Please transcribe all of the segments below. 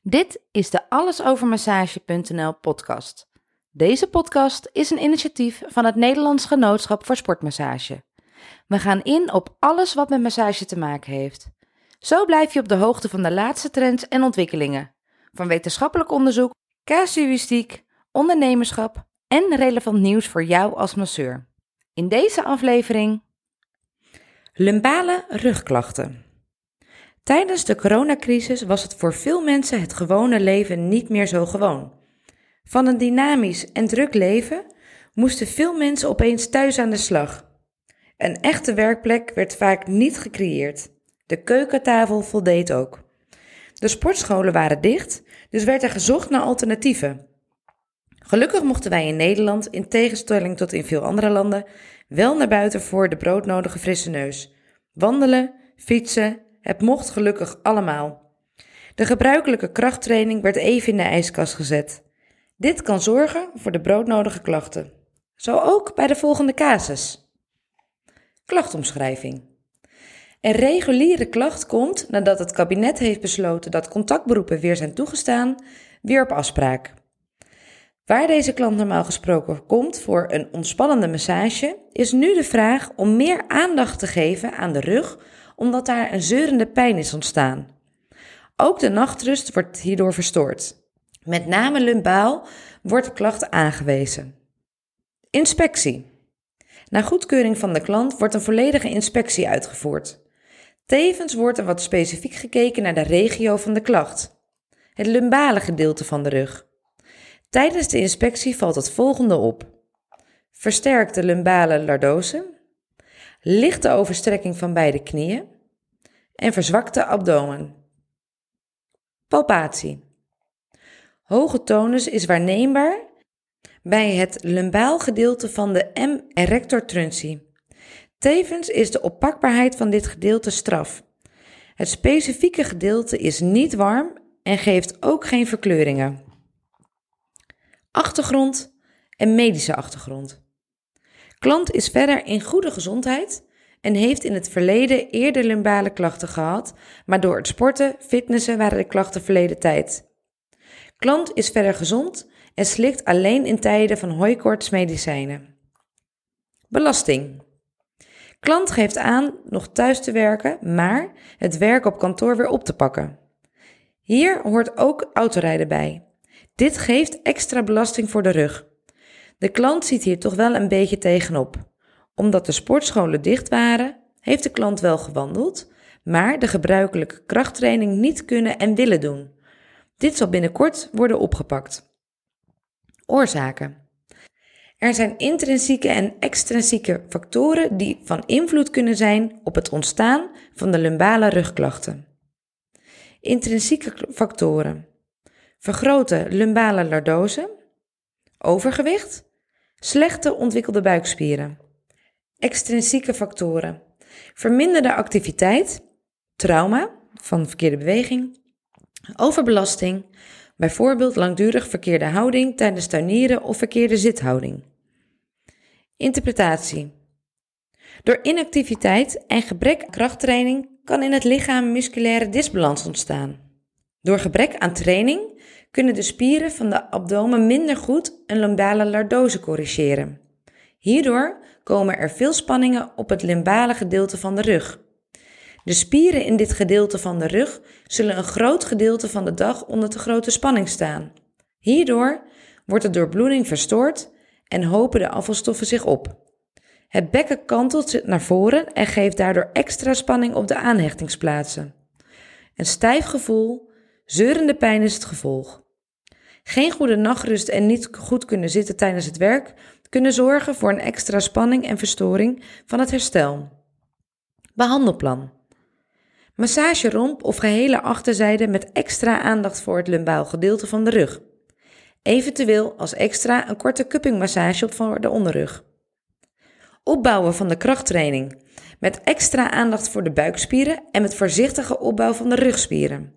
Dit is de allesovermassage.nl podcast. Deze podcast is een initiatief van het Nederlands Genootschap voor Sportmassage. We gaan in op alles wat met massage te maken heeft. Zo blijf je op de hoogte van de laatste trends en ontwikkelingen. Van wetenschappelijk onderzoek, casuïstiek, ondernemerschap en relevant nieuws voor jou als masseur. In deze aflevering: lumbale rugklachten. Tijdens de coronacrisis was het voor veel mensen het gewone leven niet meer zo gewoon. Van een dynamisch en druk leven moesten veel mensen opeens thuis aan de slag. Een echte werkplek werd vaak niet gecreëerd. De keukentafel voldeed ook. De sportscholen waren dicht, dus werd er gezocht naar alternatieven. Gelukkig mochten wij in Nederland, in tegenstelling tot in veel andere landen, wel naar buiten voor de broodnodige frisse neus. Wandelen, fietsen, het mocht gelukkig allemaal. De gebruikelijke krachttraining werd even in de ijskast gezet. Dit kan zorgen voor de broodnodige klachten. Zo ook bij de volgende casus. Klachtomschrijving. Een reguliere klacht komt nadat het kabinet heeft besloten dat contactberoepen weer zijn toegestaan, weer op afspraak. Waar deze klant normaal gesproken komt voor een ontspannende massage, is nu de vraag om meer aandacht te geven aan de rug, omdat daar een zeurende pijn is ontstaan. Ook de nachtrust wordt hierdoor verstoord. Met name lumbaal wordt de klacht aangewezen. Inspectie. Na goedkeuring van de klant wordt een volledige inspectie uitgevoerd. Tevens wordt er wat specifiek gekeken naar de regio van de klacht. Het lumbale gedeelte van de rug. Tijdens de inspectie valt het volgende op: versterkte lumbale lordose, lichte overstrekking van beide knieën en verzwakte abdomen. Palpatie. Hoge tonus is waarneembaar bij het lumbaal gedeelte van de M. erector trunci. Tevens is de oppakbaarheid van dit gedeelte straf. Het specifieke gedeelte is niet warm en geeft ook geen verkleuringen. Achtergrond en medische achtergrond. Klant is verder in goede gezondheid en heeft in het verleden eerder lumbale klachten gehad, maar door het sporten, fitnessen waren de klachten verleden tijd. Klant is verder gezond en slikt alleen in tijden van hooikoorts medicijnen. Belasting. Klant geeft aan nog thuis te werken, maar het werk op kantoor weer op te pakken. Hier hoort ook autorijden bij. Dit geeft extra belasting voor de rug. De klant ziet hier toch wel een beetje tegenop. Omdat de sportscholen dicht waren, heeft de klant wel gewandeld, maar de gebruikelijke krachttraining niet kunnen en willen doen. Dit zal binnenkort worden opgepakt. Oorzaken. Er zijn intrinsieke en extrinsieke factoren die van invloed kunnen zijn op het ontstaan van de lumbale rugklachten. Intrinsieke factoren. Vergrote lumbale lordose, overgewicht, slechte ontwikkelde buikspieren. Extrinsieke factoren. Verminderde activiteit, trauma van verkeerde beweging, overbelasting, bijvoorbeeld langdurig verkeerde houding tijdens tuinieren of verkeerde zithouding. Interpretatie. Door inactiviteit en gebrek aan krachttraining kan in het lichaam musculaire disbalans ontstaan. Door gebrek aan training kunnen de spieren van de abdomen minder goed een lumbale lordose corrigeren. Hierdoor komen er veel spanningen op het lumbale gedeelte van de rug. De spieren in dit gedeelte van de rug zullen een groot gedeelte van de dag onder te grote spanning staan. Hierdoor wordt de doorbloeding verstoord en hopen de afvalstoffen zich op. Het bekken kantelt naar voren en geeft daardoor extra spanning op de aanhechtingsplaatsen. Een stijf gevoel, zeurende pijn is het gevolg. Geen goede nachtrust en niet goed kunnen zitten tijdens het werk kunnen zorgen voor een extra spanning en verstoring van het herstel. Behandelplan. Massage romp of gehele achterzijde met extra aandacht voor het lumbaal gedeelte van de rug. Eventueel als extra een korte cuppingmassage voor de onderrug. Opbouwen van de krachttraining met extra aandacht voor de buikspieren en met voorzichtige opbouw van de rugspieren.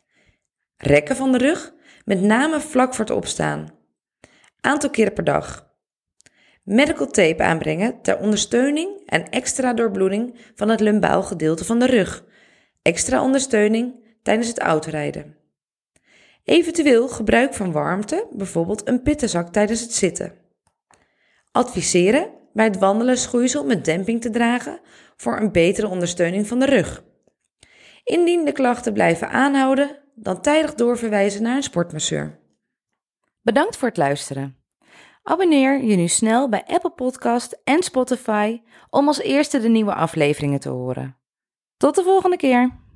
Rekken van de rug, met name vlak voor het opstaan. Aantal keren per dag. Medical tape aanbrengen ter ondersteuning en extra doorbloeding van het lumbaal gedeelte van de rug. Extra ondersteuning tijdens het autorijden. Eventueel gebruik van warmte, bijvoorbeeld een pittenzak tijdens het zitten. Adviseren bij het wandelen schoeisel met demping te dragen voor een betere ondersteuning van de rug. Indien de klachten blijven aanhouden, dan tijdig doorverwijzen naar een sportmasseur. Bedankt voor het luisteren. Abonneer je nu snel bij Apple Podcast en Spotify om als eerste de nieuwe afleveringen te horen. Tot de volgende keer!